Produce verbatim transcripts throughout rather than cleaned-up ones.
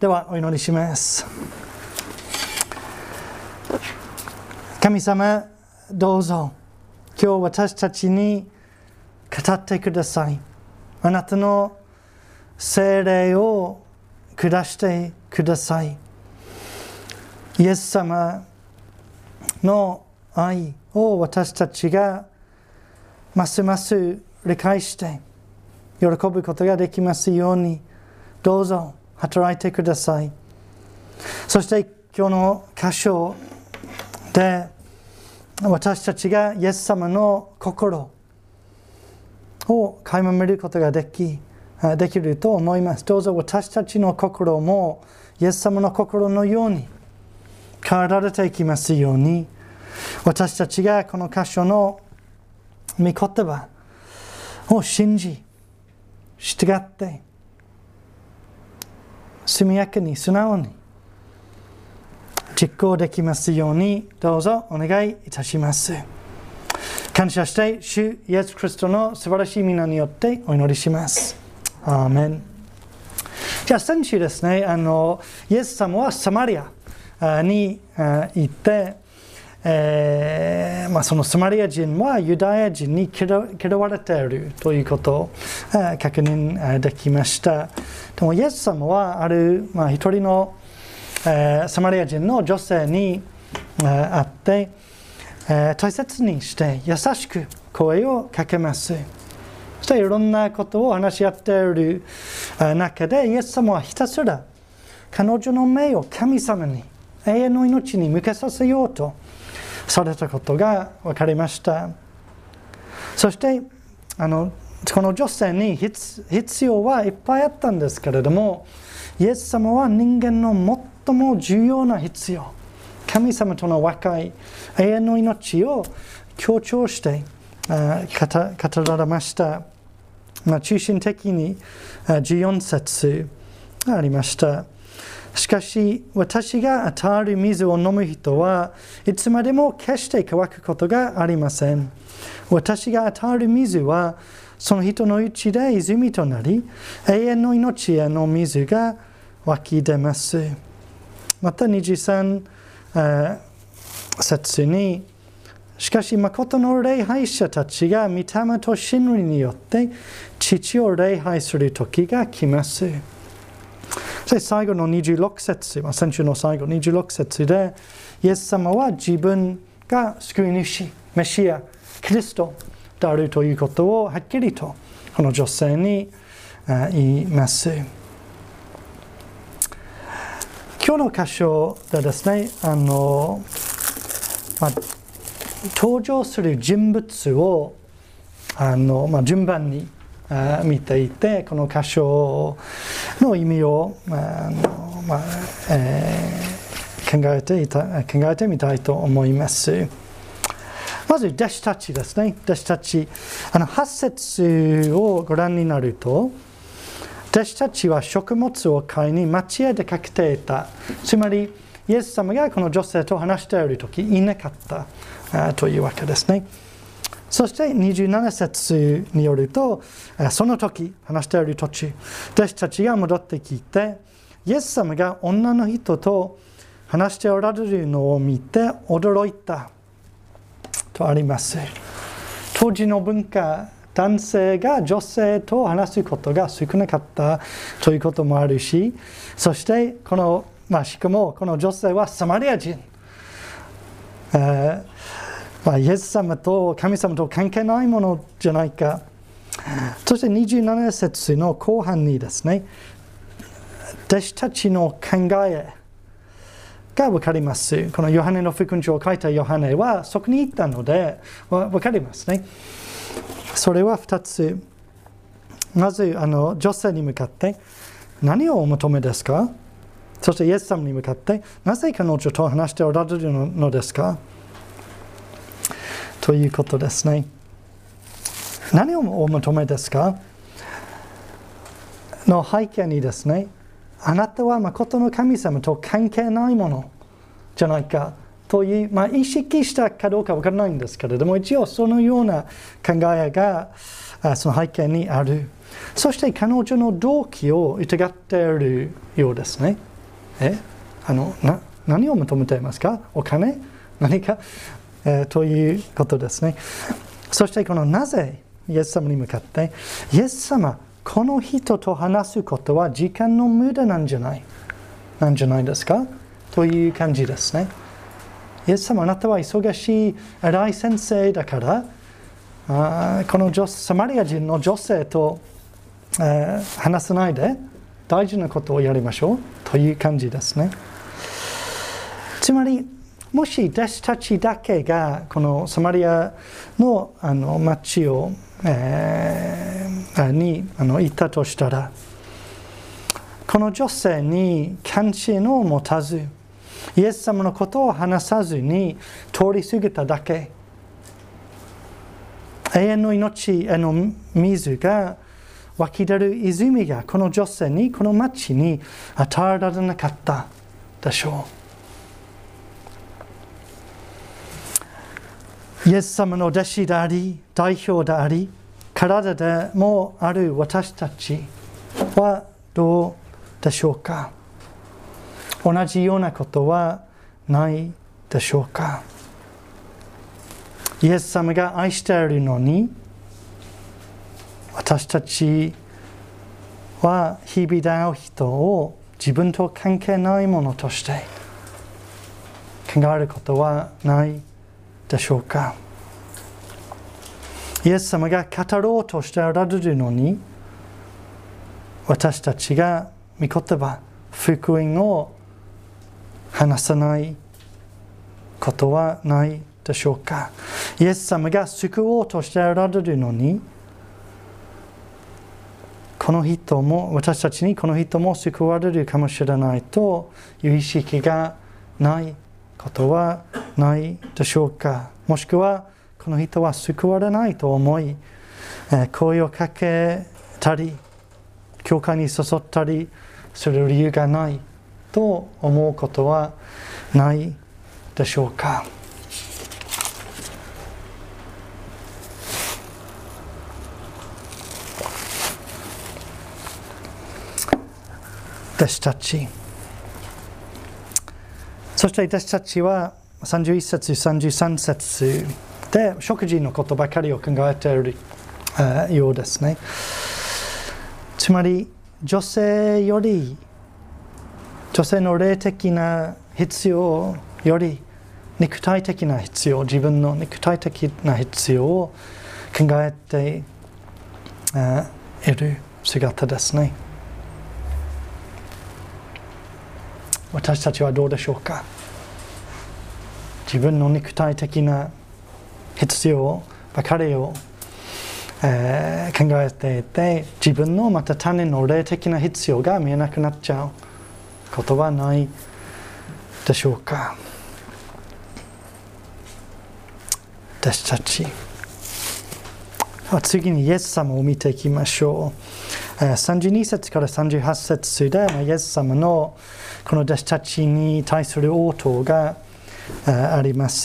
ではお祈りします。神様、どうぞ今日私たちに語ってください。あなたの聖霊を下してください。イエス様の愛を私たちがますます理解して喜ぶことができますように、どうぞ働いてください。そして今日の箇所で私たちがイエス様の心を垣間見ることができ、できると思います。どうぞ私たちの心もイエス様の心のように変わられていきますように、私たちがこの箇所の御言葉を信じ、従って速やかに素直に実行できますように、どうぞお願いいたします。感謝して主イエス・キリストの素晴らしい皆によってお祈りします。アーメン。じゃあ先週ですね、あのイエス様はサマリアに行って、えーまあ、そのサマリア人はユダヤ人に嫌われているということを確認できました。でもイエス様はある、まあ、一人の、えー、サマリア人の女性に、えー、会って、えー、大切にして優しく声をかけます。そしていろんなことを話し合っている中で、イエス様はひたすら彼女の目を神様に、永遠の命に向けさせようとされたことが分かりました。そしてあのこの女性に必要はいっぱいあったんですけれども、イエス様は人間の最も重要な必要、神様との和解、永遠の命を強調して語られました。まあ、中心的にじゅうよん節がありました。しかし私が与える水を飲む人はいつまでも決して乾くことがありません。私が与える水はその人のうちで泉となり、永遠の命への水が湧き出ます。またにじゅうさん節に、しかし誠の礼拝者たちが御霊と真理によって父を礼拝する時が来ます。そして最後のにじゅうろく節、先週の最後にじゅうろく節で、イエス様は自分が救い主、メシア、キリストであるということをはっきりとこの女性に言います。今日の箇所でですね、あの、まあ、登場する人物をあの、まあ、順番に見ていて、この箇所の意味をあの、まあえー、考えていた考えてみたいと思います。まず弟子たちですね。弟子たち、あのはち節をご覧になると、弟子たちは食物を買いに町へ出かけていた。つまりイエス様がこの女性と話しているときいなかったというわけですね。そしてにじゅうなな節によると、その時話している途中、弟子たちが戻ってきて、イエス様が女の人と話しておられるのを見て驚いたとあります。当時の文化、男性が女性と話すことが少なかったということもあるし、そしてこの、まあ、しかもこの女性はサマリア人、えーまあ、イエス様と神様と関係ないものじゃないか。そしてにじゅうなな節の後半にですね、弟子たちの考えが分かります。このヨハネの福音書を書いたヨハネはそこに行ったので分かりますね。それはふたつ。まずあの女性に向かって何をお求めですか。そしてイエス様に向かってなぜ彼女と話しておられるのですかということですね。何をお求めですかの背景にですね、あなたは誠の神様と関係ないものじゃないかという、まあ、意識したかどうかわからないんですけれども、一応そのような考えがその背景にある。そして彼女の動機を疑っているようですね。 えあのな何を求めていますか？お金？何か、えー、ということですね。そしてこのなぜイエス様に向かってイエス様この人と話すことは時間の無駄なんじゃないなんじゃないですかという感じですね。イエス様あなたは忙しい偉い先生だからあこの女サマリア人の女性と、えー、話さないで大事なことをやりましょうという感じですね。つまりもし弟子たちだけがこのサマリア の, あの町を、えー、にあの行ったとしたらこの女性に関心を持たずイエス様のことを話さずに通り過ぎただけ永遠の命への水が湧き出る泉がこの女性にこの町に与えられなかったでしょう。イエス様の弟子であり代表であり体でもある私たちはどうでしょうか。同じようなことはないでしょうか。イエス様が愛しているのに私たちは日々で会う人を自分と関係ないものとして考えることはないでしょうか。イエス様が語ろうとしておられるのに私たちが御言葉福音を話さないことはないでしょうか。イエス様が救おうとしておられるのにこの人も私たちにこの人も救われるかもしれないという意識がないことはないでしょうか。もしくはこの人は救われないと思い声をかけたり教会に誘ったりする理由がないと思うことはないでしょうか。弟子たちそして弟子たちはさんじゅういっ節さんじゅうさん節で食事のことばかりを考えているようですね。つまり女性より女性の霊的な必要より肉体的な必要自分の肉体的な必要を考えている姿ですね。私たちはどうでしょうか。自分の肉体的な必要ばかりを、えー、考えていて自分のまた他人の霊的な必要が見えなくなっちゃうことはないでしょうか。弟子たち次にイエス様を見ていきましょう。さんじゅうに節からさんじゅうはち節でイエス様のこの弟子たちに対する応答があります。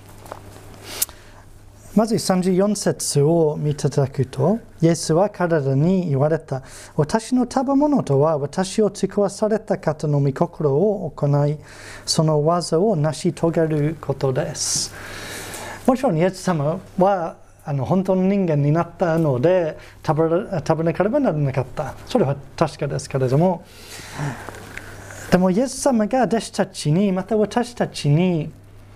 まずさんじゅうよん節を見ていただくとイエスは彼らに言われた。私の食べ物とは私を使わされた方の御心を行いその技を成し遂げることです。もちろんイエス様はあの本当の人間になったので食べ、食べなければならなかった。それは確かですけれどもでもイエス様が弟子たちにまた私たちに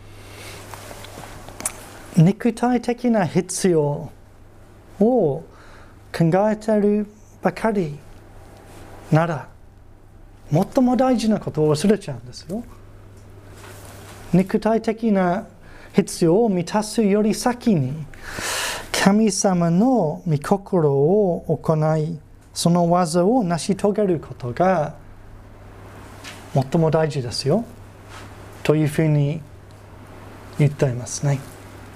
肉体的な必要を考えているばかりなら最も大事なことを忘れちゃうんですよ。肉体的な必要を満たすより先に神様の御心を行いその技を成し遂げることが最も大事ですよというふうに言っていますね。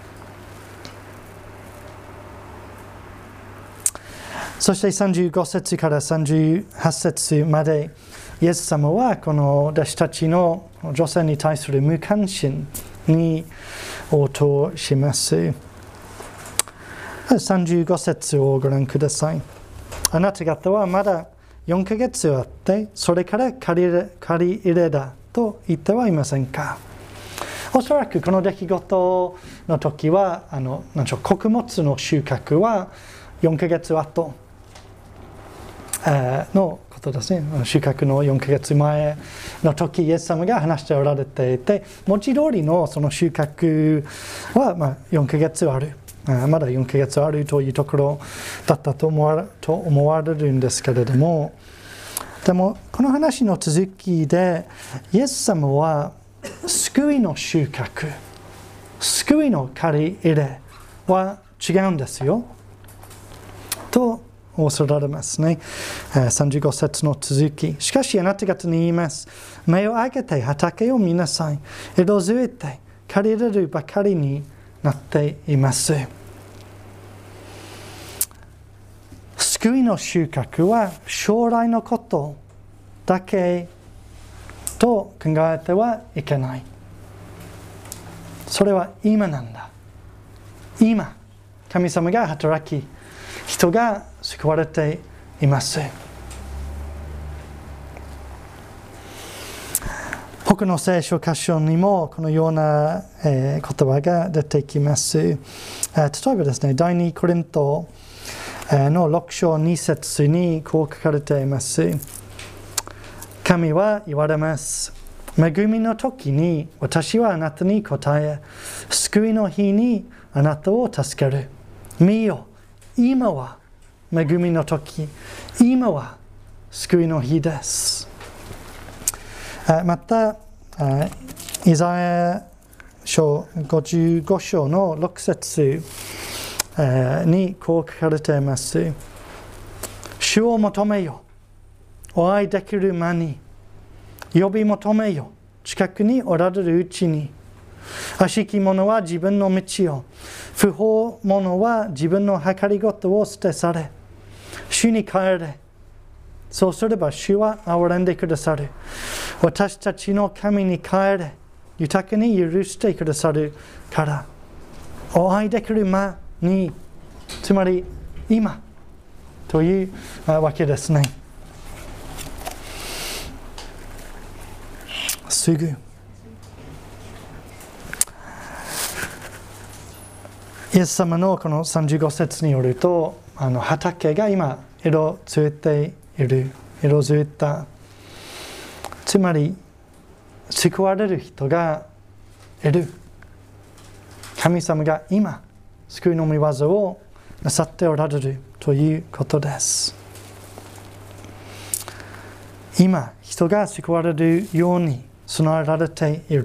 そしてさんじゅうご節からさんじゅうはち節までイエス様はこの弟子たちの女性に対する無関心に応答します。さんじゅうご節をご覧ください。あなた方はまだよんかげつあって、それから借りれ、借り入れだと言ってはいませんか。おそらくこの出来事の時は、あの、なんでしょう、穀物の収穫はよんかげつあとのことですね。収穫のよんかげつまえの時、イエス様が話しておられていて、文字通りのその収穫はまあよんかげつある。まだよんかげつあるというところだったと思わ、と思われるんですけれども、でもこの話の続きで、イエス様は救いの収穫、救いの借り入れは違うんですよ。とおっしゃられますね。さんじゅうご節の続き。しかしあなた方に言います。目を上げて畑を見なさい。色づいて借り入れるばかりになっています。救いの収穫は将来のことだけと考えてはいけない。それは今なんだ。今、神様が働き、人が救われています。他の聖書箇所にもこのような、えー、言葉が出てきます。えー、例えばですね、第二コリントのろく章に節にこう書かれています。神は言われます。恵みの時に私はあなたに答え、救いの日にあなたを助ける。見よ、今は恵みの時、今は救いの日です。また、イザヤ書ごじゅうご章のろく節にこう書かれています。主を求めよ。お会いできる間に。呼び求めよ。近くにおられるうちに。悪しき者は自分の道を。不法者は自分の計りごとを捨て去れ。主に帰れ。そうすれば主は憐れんでくださる。私たちの神に帰れ。豊かに許してくださるから。お会いできる間に、つまり今というわけですね。すぐ。イエス様のこのさんじゅうご節によると、あの畑が今色づいている、色づいた。つまり救われる人がいる。神様が今救いの御業をなさっておられるということです。今人が救われるように備えられている。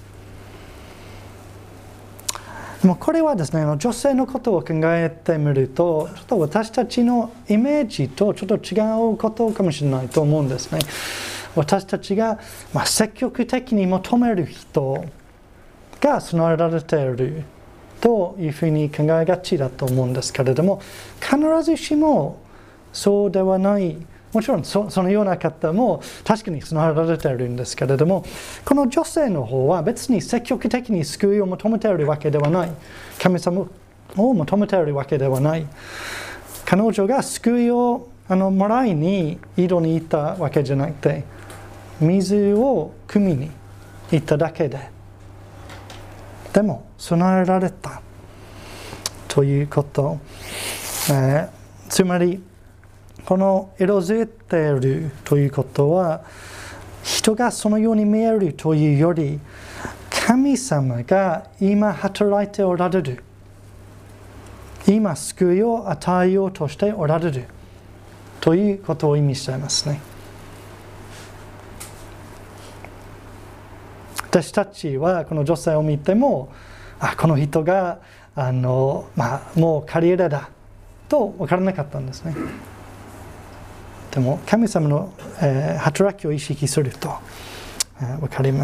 でもこれはですね、女性のことを考えてみると、ちょっと私たちのイメージとちょっと違うことかもしれないと思うんですね。私たちが、まあ、積極的に求める人が備えられているというふうに考えがちだと思うんですけれども、必ずしもそうではない。もちろん そ, そのような方も確かに備えられているんですけれども、この女性の方は別に積極的に救いを求めているわけではない。神様を求めているわけではない。彼女が救いをあのもらいに井戸に行ったわけじゃなくて、水を汲みに行っただけで、でも備えられたということ、えー、つまりこの色づいているということは、人がそのように見えるというより、神様が今働いておられる、今救いを与えようとしておられるということを意味していますね。私たちはこの女性を見ても、あ、この人があの、まあ、もう借り入れだと分からなかったんですね。でも神様の、えー、働きを意識すると、えー、分かります。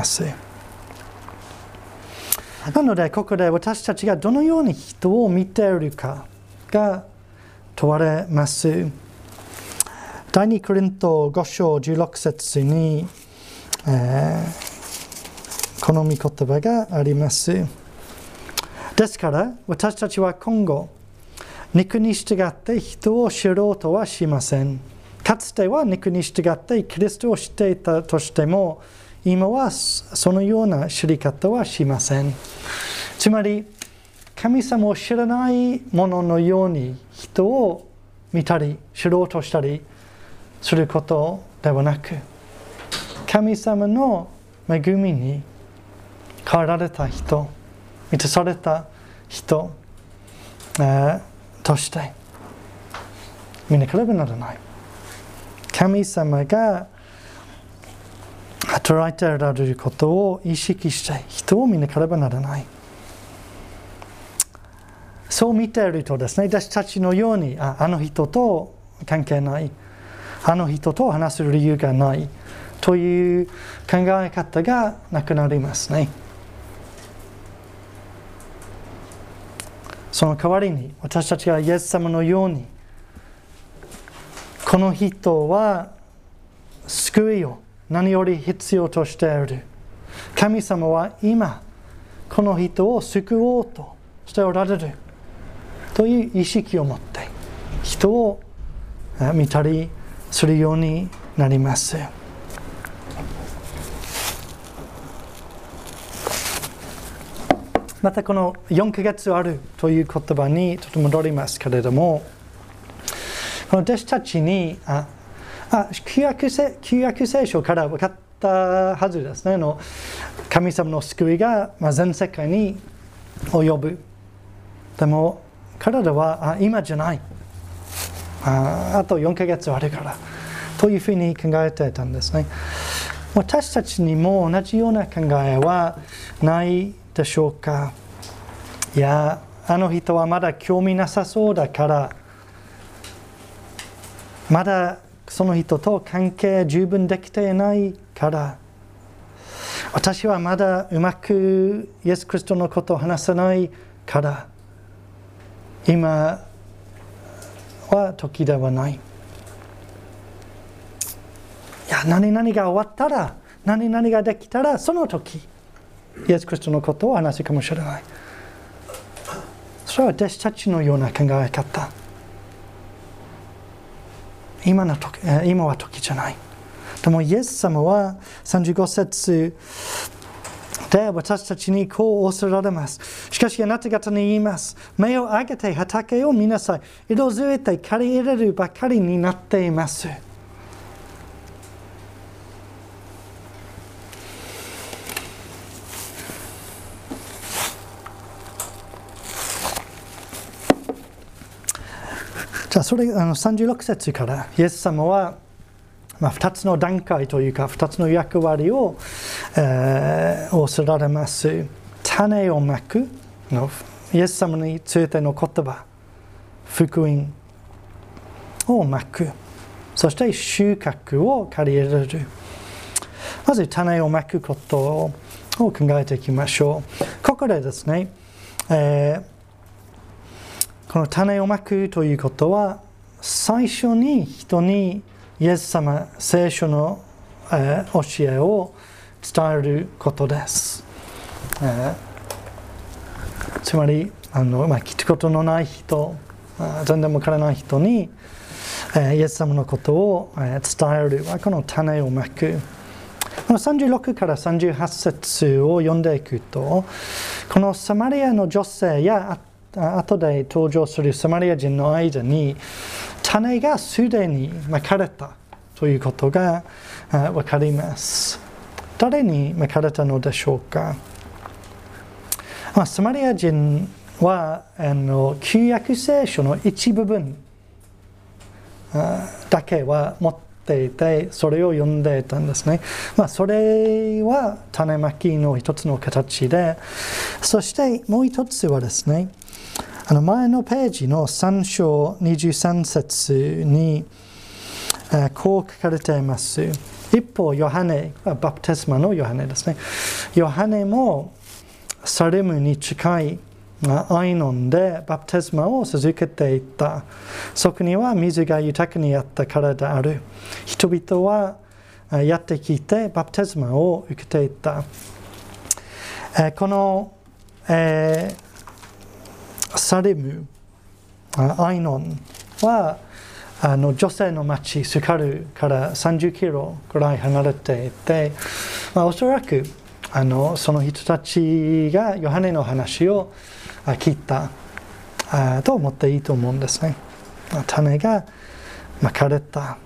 なのでここで私たちがどのように人を見ているかが問われます。第二コリントご章じゅうろく節に、えー、この御言葉があります。ですから私たちは今後、肉に従って人を知ろうとはしません。 かつては肉に従ってキリストを知っていたとしても、今はそのような知り方はしません。つまり、神様を知らないもののように人を見たり、知ろうとしたりすることではなく、神様の恵みに変わられた人、満たされた人、えー、として見なければならない。神様が働いておられることを意識して人を見なければならない。そう見ているとですね、私たちのように あ, あの人と関係ない、あの人と話す理由がないという考え方がなくなりますね。その代わりに私たちがイエス様のように、この人は救いを何より必要としている。神様は今この人を救おうとしておられるという意識を持って人を見たりするようになります。またこのよんかげつあるという言葉にちょっと戻りますけれども、この弟子たちにああ旧約聖、旧約聖書から分かったはずですね。あの神様の救いが、まあ、全世界に及ぶ。でも彼らはあ今じゃない、あ、あとよんかげつあるからというふうに考えていたんですね。私たちにも同じような考えはないでしょうか。いや、あの人はまだ興味なさそうだから、まだその人と関係十分できていないから、私はまだうまくイエス・キリストのことを話せないから、今は時ではない。いや、何々が終わったら、何々ができたら、その時イエス・キリストのことを話すかもしれない。それは弟子たちのような考え方。今の時、今は時じゃない。でもイエス様はさんじゅうご節で私たちにこう仰せられます。しかしあなた方に言います。目を上げて畑を見なさい。色づいて刈り入れるばかりになっています。じゃあそれあのさんじゅうろく節からイエス様は、まあ、ふたつの段階というかふたつの役割を、えー、仰せられます。種をまくのイエス様についての言葉、福音をまく、そして収穫を刈り入れる。まず種をまくことを考えていきましょう。ここでですね、えーこの種をまくということは、最初に人にイエス様、聖書の、えー、教えを伝えることです。えー、つまり、あのまあ、聞くことのない人、全然わからない人に、えー、イエス様のことを、えー、伝えるはこの種をまく。このさんじゅうろくからさんじゅうはち節を読んでいくと、このサマリアの女性や後で登場するサマリア人の間に種がすでにまかれたということがわかります。誰にまかれたのでしょうか。まあ、サマリア人はあの旧約聖書の一部分だけは持っていて、それを読んでいたんですね。まあ、それは種まきの一つの形で、そしてもう一つはですね、あの前のページのさん章にじゅうさん節に、えー、こう書かれています。一方、ヨハネ、バプテスマのヨハネですね。ヨハネもサレムに近いアイノンでバプテスマを続けていた。そこには水が豊かにあったからである。人々はやってきてバプテスマを受けていた。えー、この、えーサレム、アイノンはあの女性の町スカルからさんじゅっキロくらい離れていて、まあ、おそらくあのその人たちがヨハネの話を聞いたあと思っていいと思うんですね。種がまかれた。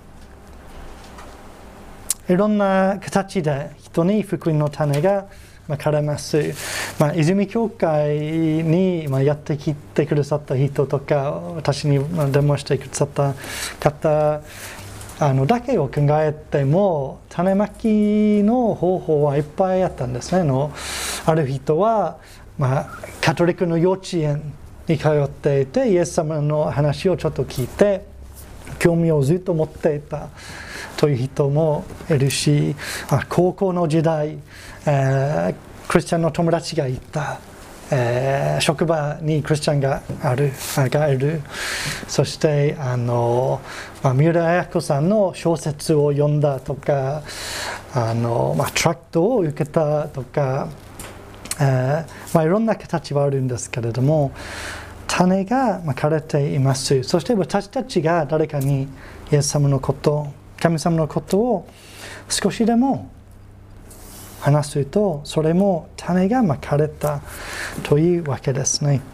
いろんな形で人に福音の種がまかれます。まあ、泉教会にまやってきてくださった人とか、私に電話してくださった方あのだけを考えても、種まきの方法はいっぱいあったんですね。のある人は、まあ、カトリックの幼稚園に通っていて、イエス様の話をちょっと聞いて、興味をずっと持っていたという人もいるし、高校の時代、えー、クリスチャンの友達がいた、えー、職場にクリスチャンがあるがいる、そしてあの、まあ、三浦綾子さんの小説を読んだとか、あの、まあ、トラクトを受けたとか、えーまあ、いろんな形はあるんですけれども、種がまかれています。そして私たちが誰かにイエス様のこと、神様のことを少しでも話すと、それも種がまかれたというわけですね。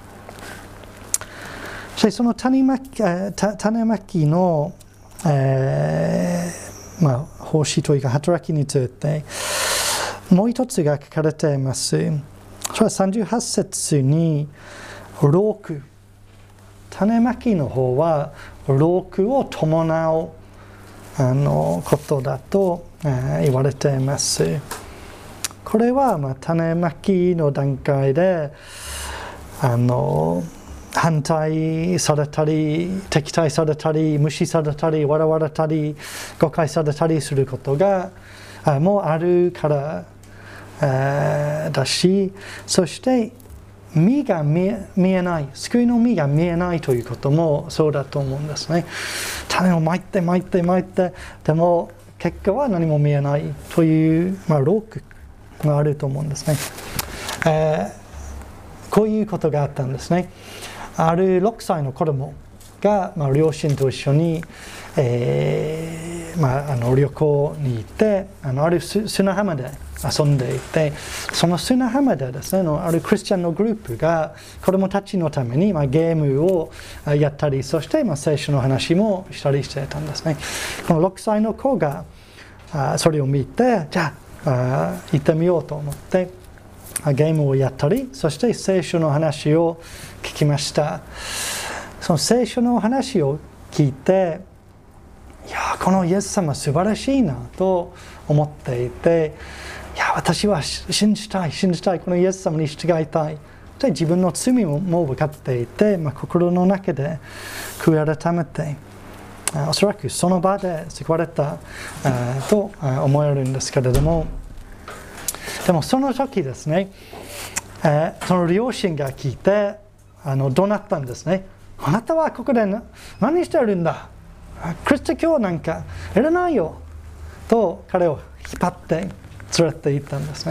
そしてその種まき、種まきの、えーまあ、奉仕というか働きについて、もう一つが書かれています。それはさんじゅうはち節に、労苦。種まきの方は労苦を伴うあのことだと、えー、言われています。これは、まあ、種まきの段階であの反対されたり、敵対されたり、無視されたり、笑われたり、誤解されたりすることがあもうあるから、えー、だし、そして実が見え、見えない、救いの実が見えないということもそうだと思うんですね。種をまいてまいてまいて、でも結果は何も見えないという、まあ、労苦があると思うんですね。えー、こういうことがあったんですね。あるろくさいの子供が、まあ、両親と一緒に、えーまあ、あの旅行に行って、あのある砂浜で遊んでいて、その砂浜でですね、あるクリスチャンのグループが子供たちのために、まあ、ゲームをやったり、そして、まあ、聖書の話もしたりしていたんですね。このろくさいの子があそれを見て、じゃあ、あ行ってみようと思ってゲームをやったり、そして聖書の話を聞きました。その聖書の話を聞いて、いやこのイエス様素晴らしいなと思っていて、いや私は信じたい信じたいこのイエス様に従いたいで、自分の罪ももう分かっていて、まあ、心の中で悔い改めて、おそらくその場で救われたと思えるんですけれども、でもその時ですね、その両親が聞いてあの怒鳴ったんですね。あなたはここで何してるんだ、クリスト教なんかいらないよと彼を引っ張って連れて行ったんですね。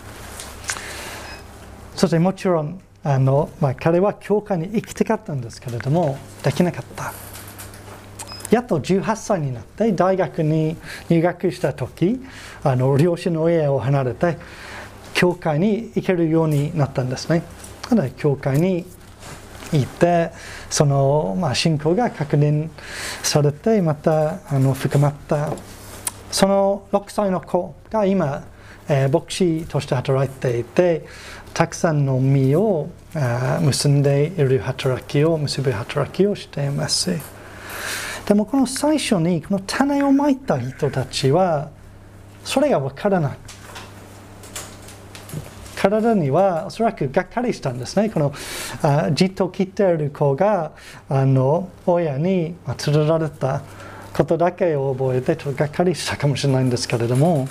そしてもちろんあの、まあ、彼は教会に行きたかったんですけれどもできなかった。やっとじゅうはっさいになって大学に入学した時、あの両親の家を離れて教会に行けるようになったんですね。で教会に行ってその、まあ、信仰が確認されて、またあの深まった。そのろくさいの子が今、えー、牧師として働いていて、たくさんの実を結んでいる働きを結ぶ働きをしています。でもこの最初にこの種をまいた人たちはそれがわからない。体にはおそらくがっかりしたんですね。このあじっと切っている子があの親に連れられたことだけを覚えてちょっとがっかりしたかもしれないんですけれども、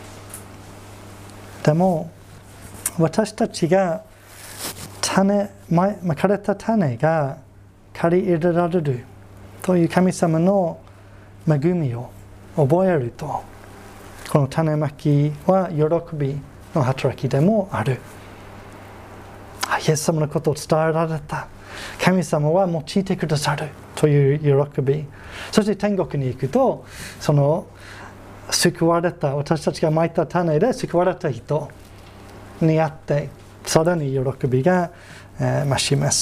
でも私たちが種まかれた種が借り入れられるという神様の恵みを覚えると、この種まきは喜びの働きでもある。あ、イイエス様のことを伝えられた。神様は用いてくださるという喜び。そして天国に行くと、その救われた、私たちがまいた種で救われた人にあって、さらに喜びが、えー、増します。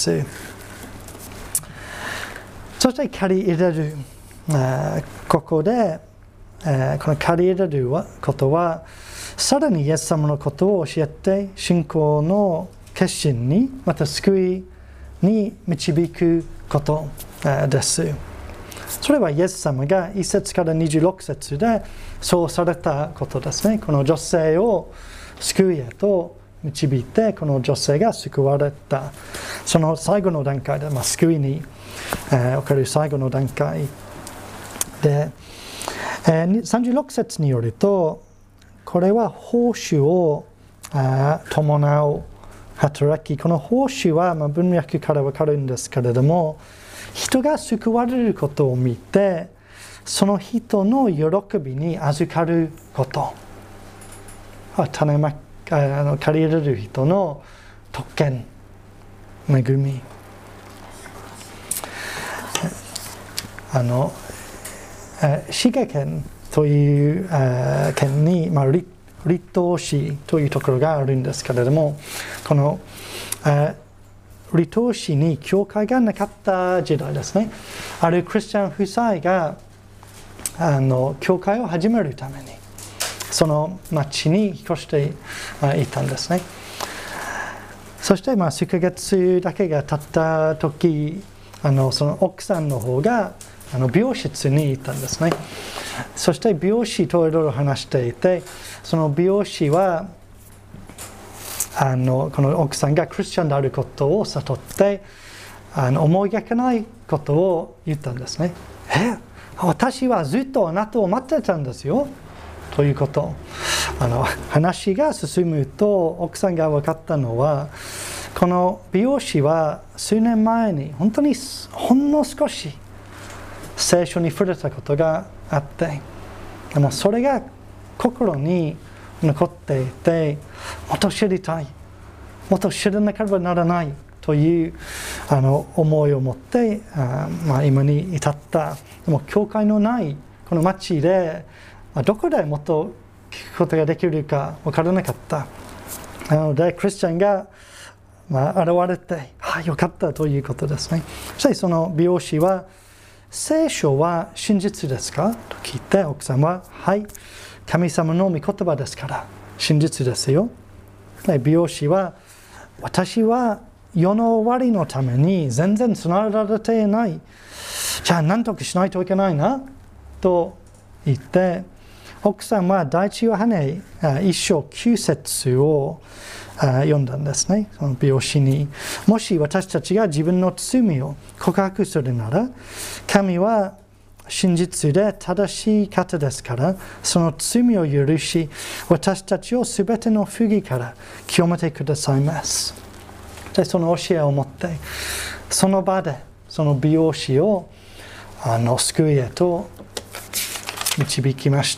そして借り入れる、えー、ここで、えー、この借り入れることは、さらにイエス様のことを教えて、信仰の決心に、また救いに導くこと、えー、です。それはイエス様がいち節からにじゅうろく節でそうされたことですね。この女性を救いへと導いて、この女性が救われた。その最後の段階で、まあ、救いに、えー、おける最後の段階で、えー、さんじゅうろく節によると、これは報酬をあ伴う働き。この報酬は、まあ、文脈からわかるんですけれども、人が救われることを見て、その人の喜びに預かること。種まあの借り入れる人の特権、恵み。あの、滋賀県という県に、まあ、立東市というところがあるんですけれども、この、立東市に教会がなかった時代ですね。あるクリスチャン夫妻があの教会を始めるためにその町に引っ越していたんですね。そしてまあ数ヶ月だけが経った時、あのその奥さんの方があの美容室に行ったんですね。そして美容師といろいろ話していて、その美容師はあのこの奥さんがクリスチャンであることを悟って、あの思いがけないことを言ったんですね。え、私はずっとあなたを待ってたんですよということ。あの話が進むと奥さんが分かったのは、この美容師は数年前に本当にほんの少し聖書に触れたことがあって、でもそれが心に残っていて、もっと知りたい、もっと知らなければならないというあの思いを持って、あ、まあ、今に至った。でも教会のないこの町で、まあ、どこでもっと聞くことができるか分からなかった。なのでクリスチャンが、まあ、現れて、ああよかったということですね。そしてその美容師は、聖書は真実ですかと聞いて、奥さんは、はい、神様の御言葉ですから真実ですよ。美容師は、私は世の終わりのために全然つながられていない。じゃあ何とかしないといけないなと言って、奥さんは第一ヨハネ一章九節を読んだんですね。その美容師に、もし私たちが自分の罪を告白するなら、神は真実で正しい方ですから、その罪を許し、私たちをすべての不義から清めてくださいます。で、その教えを持って、その場でその美容師をあの救いへと導きました。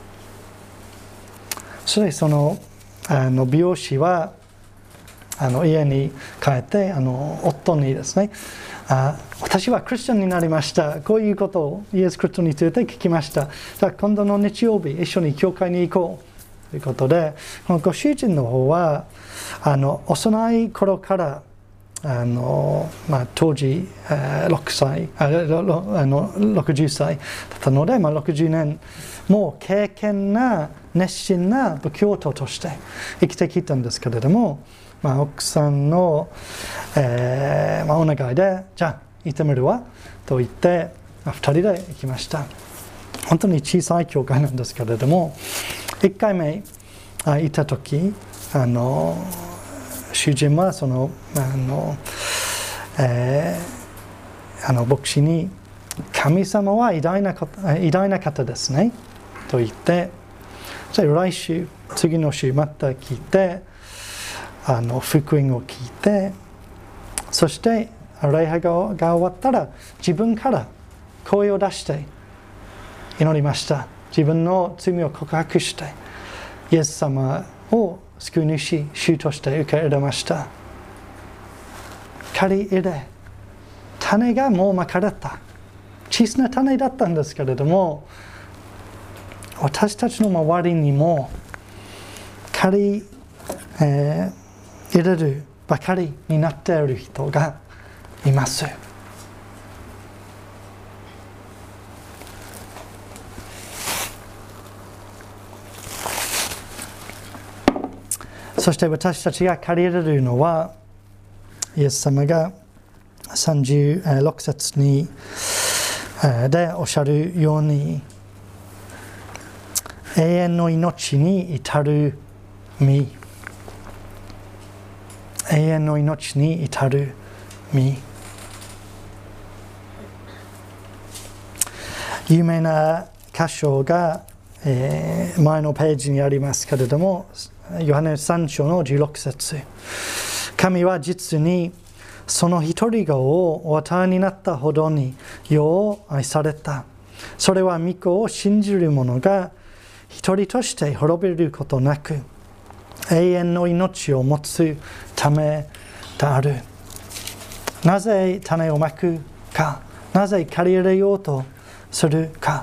それでそのあの美容師はあの家に帰ってあの夫にですね、あ、私はクリスチャンになりました。こういうことをイエス・クリストについて聞きました。じゃあ今度の日曜日一緒に教会に行こうということで、このご主人の方はあの幼い頃からあの、まあ、当時、えー、ろくさいああのろくじゅっさいだったので、まあ、ろくじゅうねんもう経験な熱心な仏教徒として生きてきたんですけれども、まあ、奥さんの、えーまあ、お願いで、じゃあ行ってみるわと言って、まあ、ふたりで行きました。本当に小さい教会なんですけれども、いっかいめ行った時、あの主人はそのあの、えー、あの牧師に、神様は偉大な方、偉大な方ですねと言って、それ来週次の週また聞いて、あの福音を聞いて、そして礼拝が終わったら自分から声を出して祈りました。自分の罪を告白して、イエス様を救い主、主として受け入れました。 刈り入れ、種がもうまかれた。小さな種だったんですけれども、私たちの周りにも刈り、えー、入れるばかりになっている人がいます。そして私たちが借りれるのは、イエス様がさんじゅうろく節にでおっしゃるように、永遠の命に至る身、永遠の命に至る身。有名な箇所が、えー、前のページにありますけれども、ヨハネさん章のじゅうろく節。神は実にその一人子をお与えになったほどに世を愛された。それは御子を信じる者が一人として滅びることなく、永遠の命を持つためである。なぜ種をまくか、なぜ借り入れようとするか。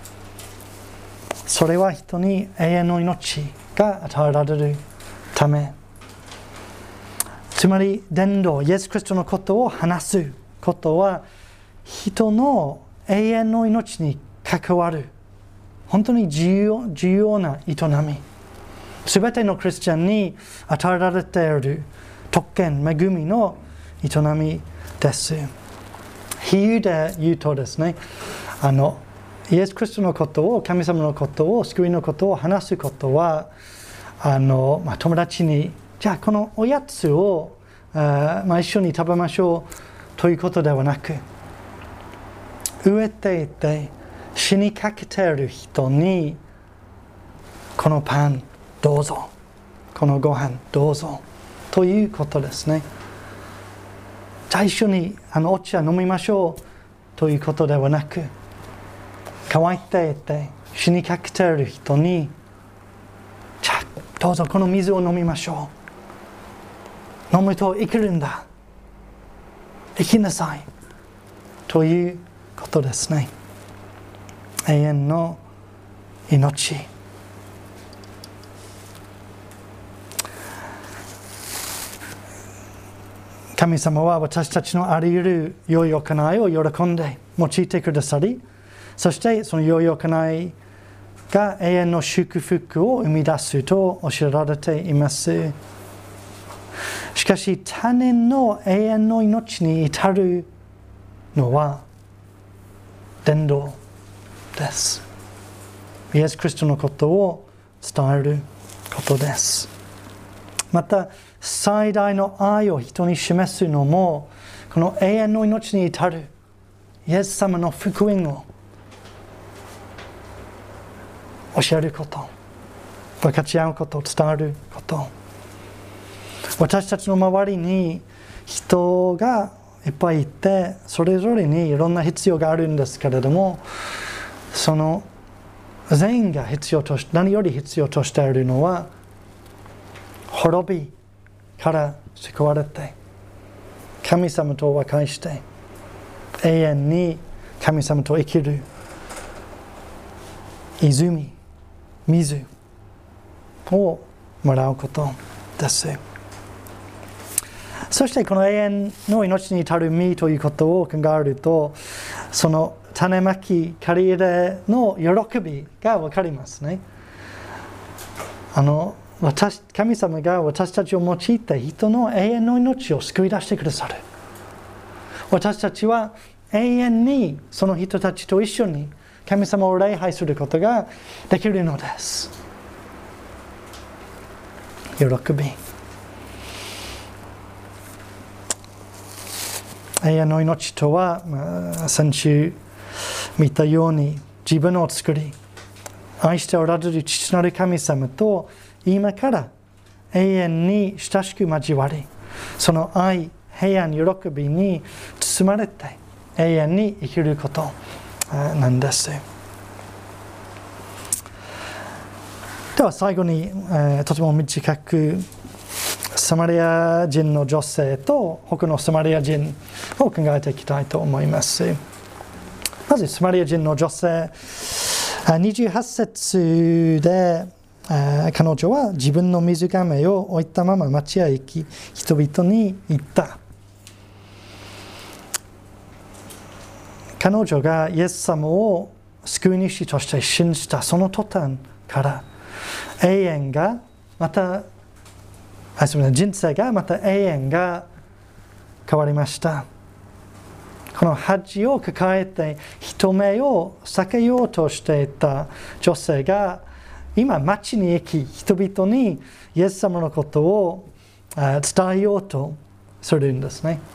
それは人に永遠の命が与えられるため。つまり伝道、イエス・キリストのことを話すことは、人の永遠の命に関わる本当に重要、重要な営み。すべてのクリスチャンに与えられている特権、恵みの営みです。比喩で言うとですね、あのイエス・キリストのことを、神様のことを、救いのことを話すことは、あの、まあ、友達に、じゃあこのおやつを、あまあ、一緒に食べましょうということではなく、飢えていて死にかけている人に、このパンどうぞ、このご飯どうぞということですね。じゃあ一緒にあのお茶飲みましょうということではなく、乾いていて死にかけている人に、じゃあどうぞこの水を飲みましょう。飲むと生きるんだ。生きなさい。ということですね。永遠の命。神様は私たちのあり得る良い行いを喜んで用いてくださり、そしてその良い行いが永遠の祝福を生み出すと教えられています。しかし他人の永遠の命に至るのは伝道です。イエス・キリストのことを伝えることです。また最大の愛を人に示すのも、この永遠の命に至るイエス様の福音を教えること、分かち合うこと、伝えること。私たちの周りに人がいっぱいいて、それぞれにいろんな必要があるんですけれども、その全員が必要とし、何より必要としているのは、滅びから救われて、神様と和解して、永遠に神様と生きる泉、水をもらうことです。そしてこの永遠の命に至る身ということを考えると、その種まき、借り入れの喜びが分かりますね。あの私神様が私たちを用いて人の永遠の命を救い出してくださる。私たちは永遠にその人たちと一緒に神様を礼拝することができるのです。喜び。永遠の命とは、まあ、先週見たように、自分を作り愛しておられる父なる神様と今から永遠に親しく交わり、その愛、平安、喜びに包まれて永遠に生きることなんです。では最後に、えー、とても短くサマリア人の女性と他のサマリア人を考えていきたいと思います。まずサマリア人の女性、にじゅうはち節で彼女は自分の水がめを置いたまま町へ行き、人々に言った。彼女がイエス様を救い主として信じたその途端から永遠がまたあすみません人生がまた永遠が変わりました。この恥を抱えて人目を避けようとしていた女性が今町に行き、人々にイエス様のことを伝えようとするんですね。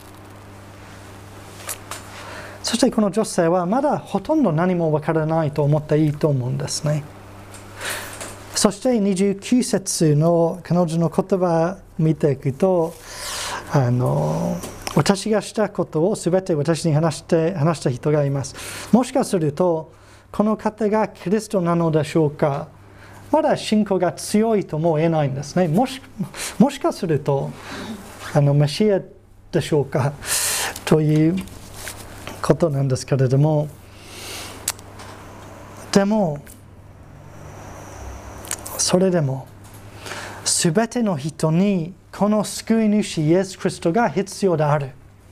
そしてこの女性はまだほとんど何もわからないと思っていいと思うんですね。そしてにじゅうきゅう節の彼女の言葉を見ていくと、あの私がしたことをすべて私に話して話した人がいます。もしかするとこの方がキリストなのでしょうか。まだ信仰が強いとも言えないんですね。もし、もしかするとあのメシアでしょうかということなんですけれども、でもそれでもすべての人にこの救い主イエス・キリストが必要である。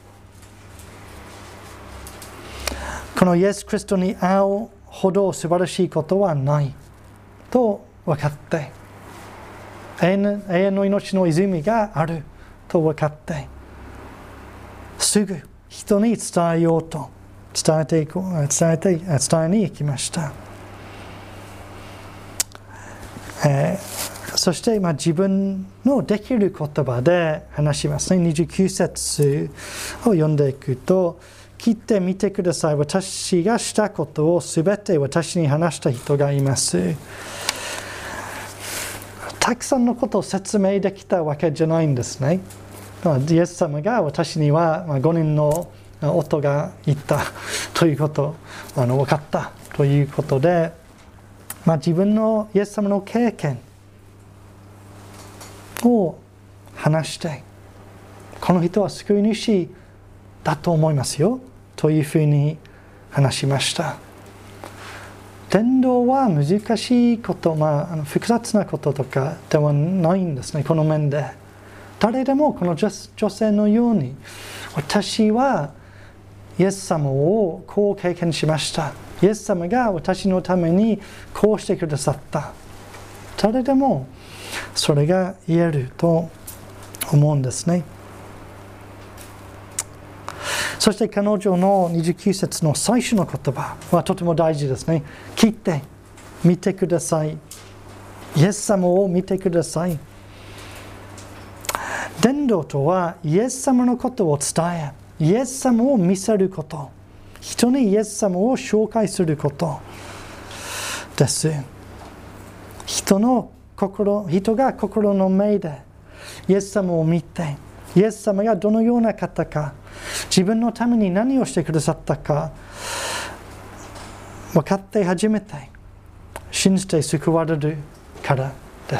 このイエス・キリストに会うほど素晴らしいことはないと分かって、永遠、永遠の命の泉があると分かって、すぐ人に伝えようと伝えていこう、伝えて、伝えに行きました。えー、そして、まあ、自分のできる言葉で話しますね。にじゅうきゅう節を読んでいくと、聞いてみてください。私がしたことをすべて私に話した人がいます。たくさんのことを説明できたわけじゃないんですね。イエス様が私にはごにんの夫がいたということあの分かったということで、まあ、自分のイエス様の経験を話して、この人は救い主だと思いますよというふうに話しました。伝道は難しいこと、まあ、あの複雑なこととかではないんですね、この面で。誰でもこの 女, 女性のように、私はイエス様をこう経験しました。イエス様が私のためにこうしてくださった。誰でもそれが言えると思うんですね。そして彼女のにじゅうきゅう節の最初の言葉はとても大事ですね。聞いてみてください。イエス様を見てください。伝道とはイエス様のことを伝え、イエス様を見せること、人にイエス様を紹介することです。人の心、人が心の目でイエス様を見て、イエス様がどのような方か、自分のために何をしてくださったか分かって初めて信じて救われるからです。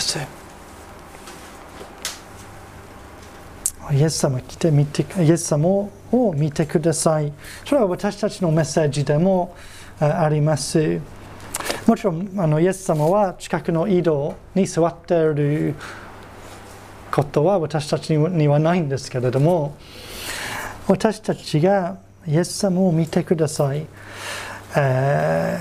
イエス様来てみて、イエス様を見てください。それは私たちのメッセージでもあります。もちろんあのイエス様は近くの井戸に座っていることは私たちにはないんですけれども、私たちがイエス様を見てください、え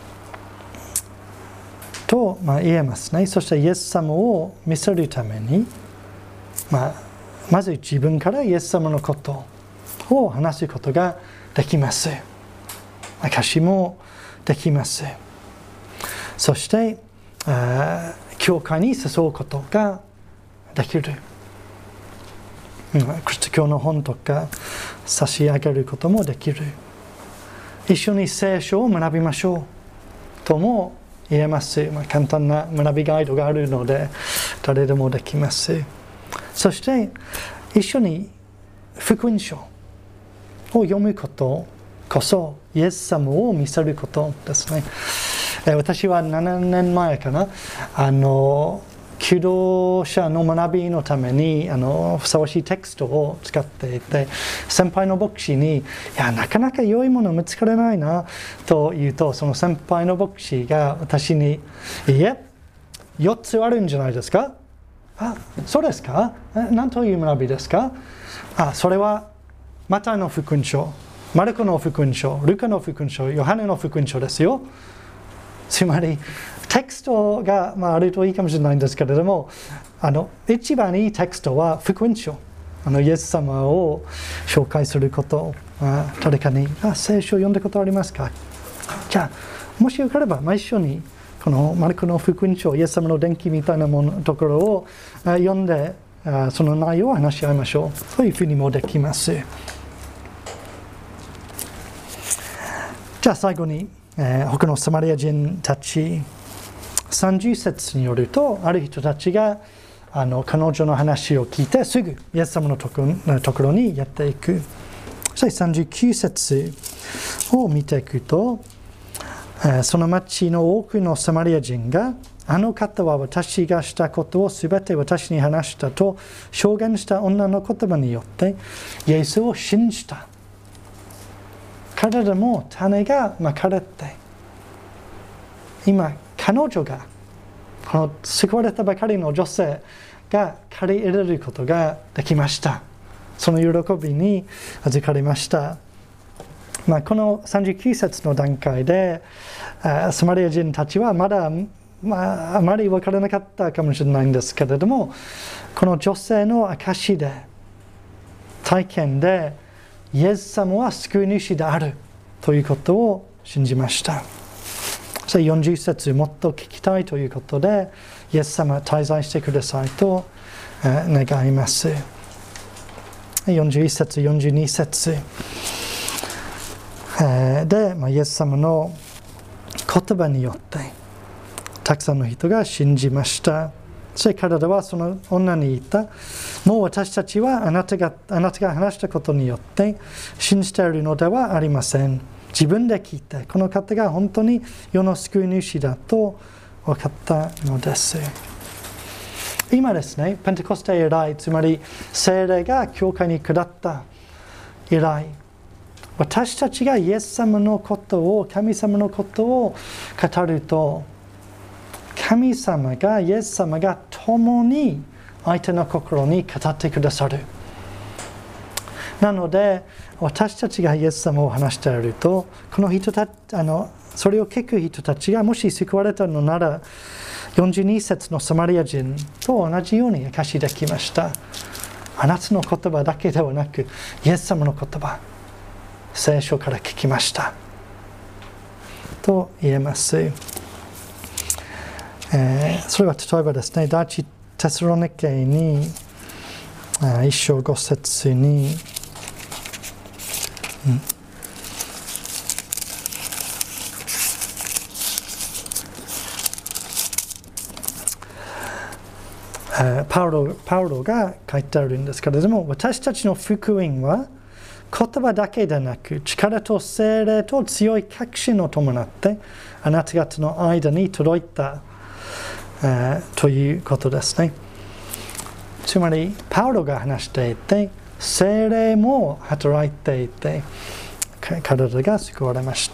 ー、と、まあ、言えますね。そしてイエス様を見せるために、まあまず自分からイエス様のことを話すことができます。証しもできます。そして、教会に誘うことができる。キリスト教の本とか差し上げることもできる。一緒に聖書を学びましょうとも言えます。まあ、簡単な学びガイドがあるので誰でもできます。そして一緒に福音書を読むことこそイエス様を見せることですね。私はななねんまえかな、あの求道者の学びのためにあのふさわしいテキストを使っていて、先輩の牧師にいやなかなか良いもの見つからないなと言うと、その先輩の牧師が私にいえよっつあるんじゃないですか。あ、そうですか。何という学びですか。あ、それはマタイの福音書、マルコの福音書、ルカの福音書、ヨハネの福音書ですよ。つまりテキストが、まあ、あるといいかもしれないんですけれども、あの一番いいテキストは福音書、あのイエス様を紹介すること。あ、誰かにあ聖書を読んだことありますか。じゃあもしよければ、まあ、一緒にこのマルコの福音書、イエス様の伝記みたいなものところを読んで、その内容を話し合いましょうというふうにもできます。じゃあ最後に、えー、他のサマリア人たちさんじゅう節によると、ある人たちがあの彼女の話を聞いてすぐイエス様のところにやっていく。そしてさんじゅうきゅう節を見ていくと、その町の多くのサマリア人が、あの方は私がしたことをすべて私に話したと証言した女の言葉によってイエスを信じた。彼らも種がまかれて、今彼女がこの救われたばかりの女性が借り入れることができました。その喜びに預かりました。まあ、このさんじゅうきゅう節の段階でサマリア人たちはまだ、まあ、あまり分からなかったかもしれないんですけれども、この女性の証で体験でイエス様は救い主であるということを信じました。そしてよんじゅう節もっと聞きたいということで、イエス様滞在してくださいと願います。よんじゅういち節、よんじゅうに節で、まあ、イエス様の言葉によってたくさんの人が信じました。そして彼らはその女に言った。もう私たちはあなたが、あなたが話したことによって信じているのではありません。自分で聞いてこの方が本当に世の救い主だと分かったのです。今ですね、ペンテコステ以来、つまり聖霊が教会に下った以来、私たちがイエス様のことを、神様のことを語ると、神様が、イエス様が共に相手の心に語ってくださる。なので、私たちがイエス様を話していると、この人たち、あの、それを聞く人たちがもし救われたのなら、よんじゅうに節のサマリア人と同じように証しできました。あなたの言葉だけではなく、イエス様の言葉、聖書から聞きましたと言えます。えー、それは例えばですね、第一テサロニケに一章五節に、うんパウロ、パウロが書いてあるんですけれども、私たちの福音は言葉だけでなく、力と聖霊と強い確信を伴ってあなた方の間に届いた、えー、ということですね。つまりパウロが話していて、聖霊も働いていて、彼らが救われました。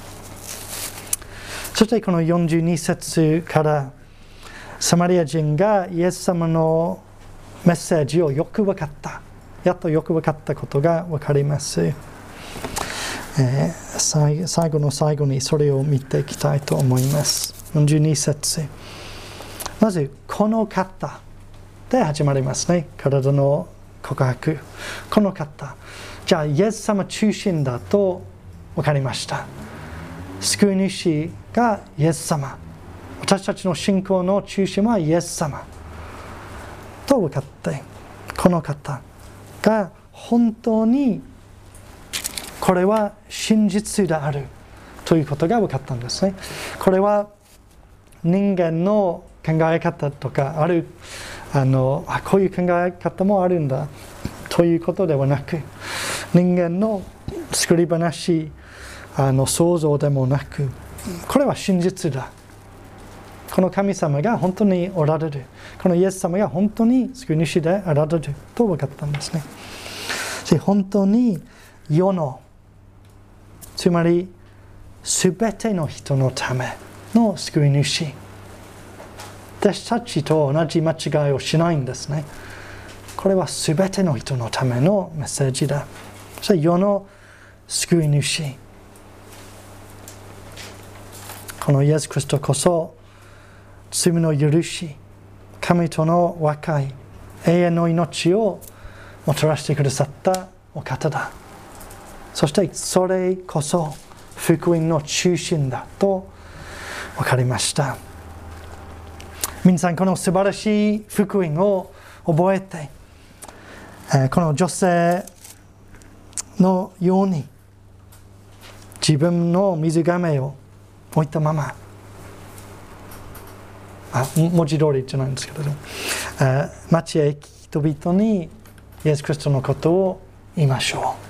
そしてこのよんじゅうに節からサマリア人がイエス様のメッセージをよく分かった。やっとよく分かったことが分かります。えー、最, 最後の最後にそれを見ていきたいと思います。よんじゅうに節。まず、この方で始まりますね。体の告白。この方。じゃあ、イエス様中心だと分かりました。救い主がイエス様。私たちの信仰の中心はイエス様と分かって、この方が本当にこれは真実であるということが分かったんですね。これは人間の考え方とかあるあのあこういう考え方もあるんだということではなく、人間の作り話あの想像でもなく、これは真実だこの神様が本当におられる。このイエス様が本当に救い主であられると分かったんですね。本当に世の、つまりすべての人のための救い主。私たちと同じ間違いをしないんですね。これはすべての人のためのメッセージだ。そして世の救い主。このイエス・キリストこそ罪の許し、神との和解、永遠の命をもたらしてくださったお方だ。そしてそれこそ福音の中心だと分かりました。皆さん、この素晴らしい福音を覚えて、この女性のように自分の水がめを置いたまま、あ、文字通りじゃないんですけれども、町へ行き人々にイエス・キリストのことを言いましょ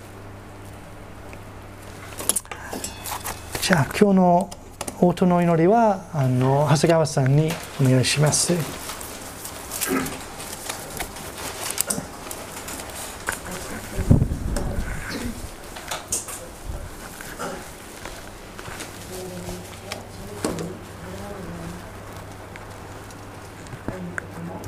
う。じゃあ今日の応答の祈りはあの長谷川さんにお願いします。